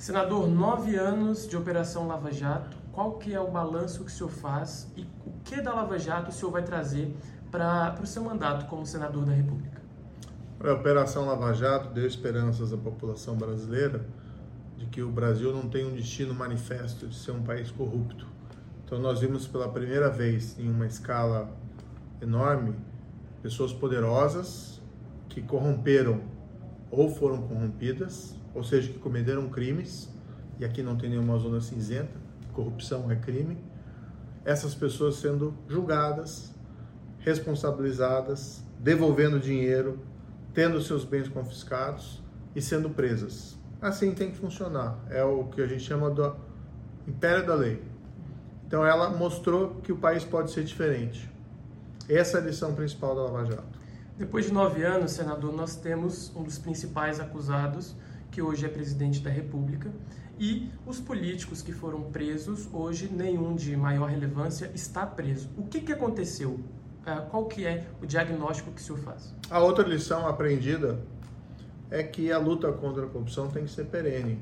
Senador, 9 anos de Operação Lava Jato, qual que é o balanço que o senhor faz e o que da Lava Jato o senhor vai trazer para o seu mandato como senador da República? A Operação Lava Jato deu esperanças à população brasileira de que o Brasil não tem um destino manifesto de ser um país corrupto. Então nós vimos pela primeira vez, em uma escala enorme, pessoas poderosas que corromperam ou foram corrompidas, ou seja, que cometeram crimes, e aqui não tem nenhuma zona cinzenta, corrupção é crime, essas pessoas sendo julgadas, responsabilizadas, devolvendo dinheiro, tendo seus bens confiscados e sendo presas. Assim tem que funcionar, é o que a gente chama do império da lei. Então ela mostrou que o país pode ser diferente. Essa é a lição principal da Lava Jato. Depois de 9 anos, senador, nós temos um dos principais acusados, que hoje é presidente da República, e os políticos que foram presos, hoje nenhum de maior relevância está preso. O que aconteceu? Qual que é o diagnóstico que o senhor faz? A outra lição aprendida é que a luta contra a corrupção tem que ser perene.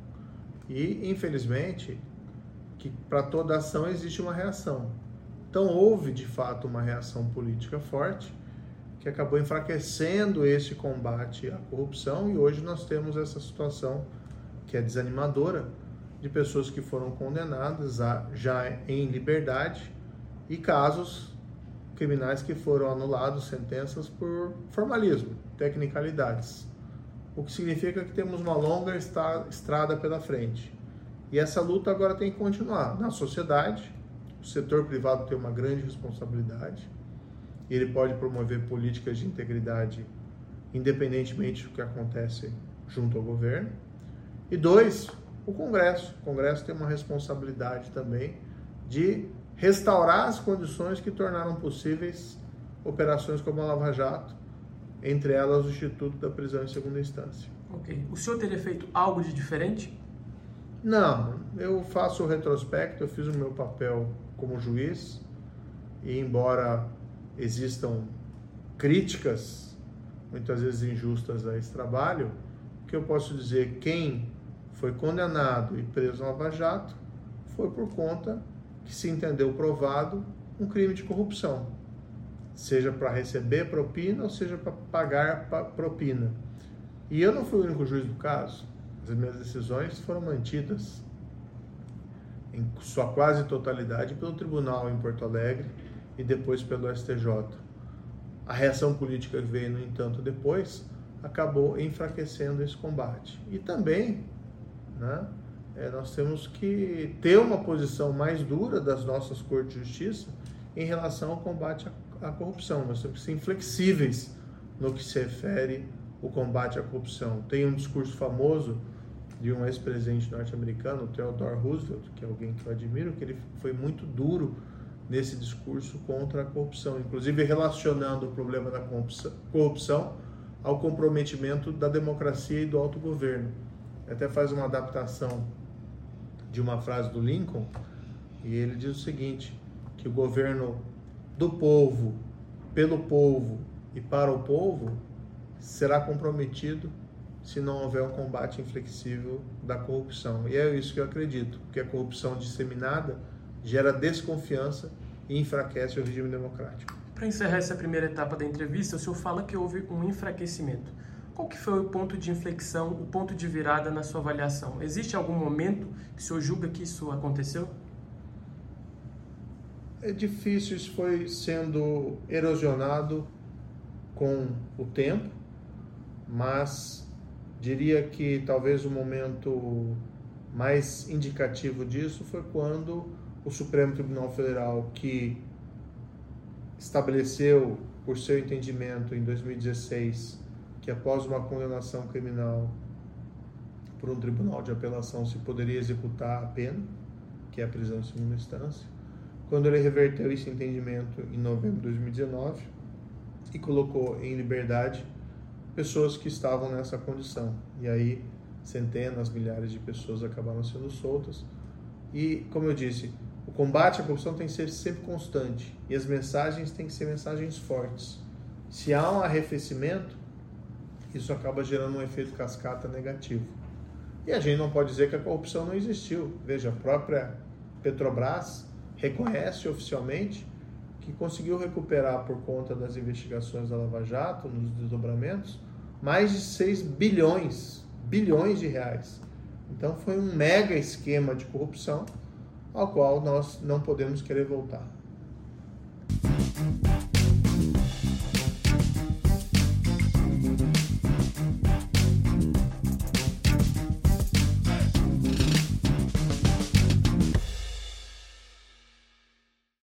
E, infelizmente, que para toda ação existe uma reação. Então houve, de fato, uma reação política forte, que acabou enfraquecendo esse combate à corrupção, e hoje nós temos essa situação que é desanimadora, de pessoas que foram condenadas já em liberdade e casos criminais que foram anulados, sentenças por formalismo, tecnicalidades. O que significa que temos uma longa estrada pela frente. E essa luta agora tem que continuar na sociedade. O setor privado tem uma grande responsabilidade. Ele pode promover políticas de integridade independentemente do que acontece junto ao governo. E 2, o Congresso. O Congresso tem uma responsabilidade também de restaurar as condições que tornaram possíveis operações como a Lava Jato, entre elas o Instituto da Prisão em Segunda Instância. Ok. O senhor teria feito algo de diferente? Não, eu faço o retrospecto, eu fiz o meu papel como juiz, e embora existam críticas, muitas vezes injustas a esse trabalho, o que eu posso dizer, quem foi condenado e preso na Lava Jato foi por conta que se entendeu provado um crime de corrupção, seja para receber propina ou seja para pagar propina. E eu não fui o único juiz do caso. As minhas decisões foram mantidas em sua quase totalidade pelo Tribunal em Porto Alegre e depois pelo STJ. A reação política que veio, no entanto, depois, acabou enfraquecendo esse combate. E também, nós temos que ter uma posição mais dura das nossas cortes de justiça em relação ao combate à corrupção. Nós temos que ser inflexíveis no que se refere ao combate à corrupção. Tem um discurso famoso de um ex-presidente norte-americano, Theodore Roosevelt, que é alguém que eu admiro, que ele foi muito duro nesse discurso contra a corrupção, inclusive relacionando o problema da corrupção ao comprometimento da democracia e do autogoverno. Até faz uma adaptação de uma frase do Lincoln, e ele diz o seguinte, que o governo do povo, pelo povo e para o povo será comprometido se não houver um combate inflexível da corrupção. E é isso que eu acredito, porque a corrupção disseminada gera desconfiança e enfraquece o regime democrático. Para encerrar essa primeira etapa da entrevista, o senhor fala que houve um enfraquecimento. Qual que foi o ponto de inflexão, o ponto de virada na sua avaliação? Existe algum momento que o senhor julga que isso aconteceu? É difícil, isso foi sendo erosionado com o tempo, mas diria que talvez o momento mais indicativo disso foi quando o Supremo Tribunal Federal, que estabeleceu, por seu entendimento, em 2016, que após uma condenação criminal por um tribunal de apelação se poderia executar a pena, que é a prisão em segunda instância, quando ele reverteu esse entendimento em novembro de 2019 e colocou em liberdade pessoas que estavam nessa condição. E aí centenas, milhares de pessoas acabaram sendo soltas. E, como eu disse, o combate à corrupção tem que ser sempre constante e as mensagens têm que ser mensagens fortes. Se há um arrefecimento, isso acaba gerando um efeito cascata negativo. E a gente não pode dizer que a corrupção não existiu. Veja, a própria Petrobras reconhece oficialmente que conseguiu recuperar, por conta das investigações da Lava Jato, nos desdobramentos, mais de 6 bilhões de reais. Então foi um mega esquema de corrupção ao qual nós não podemos querer voltar.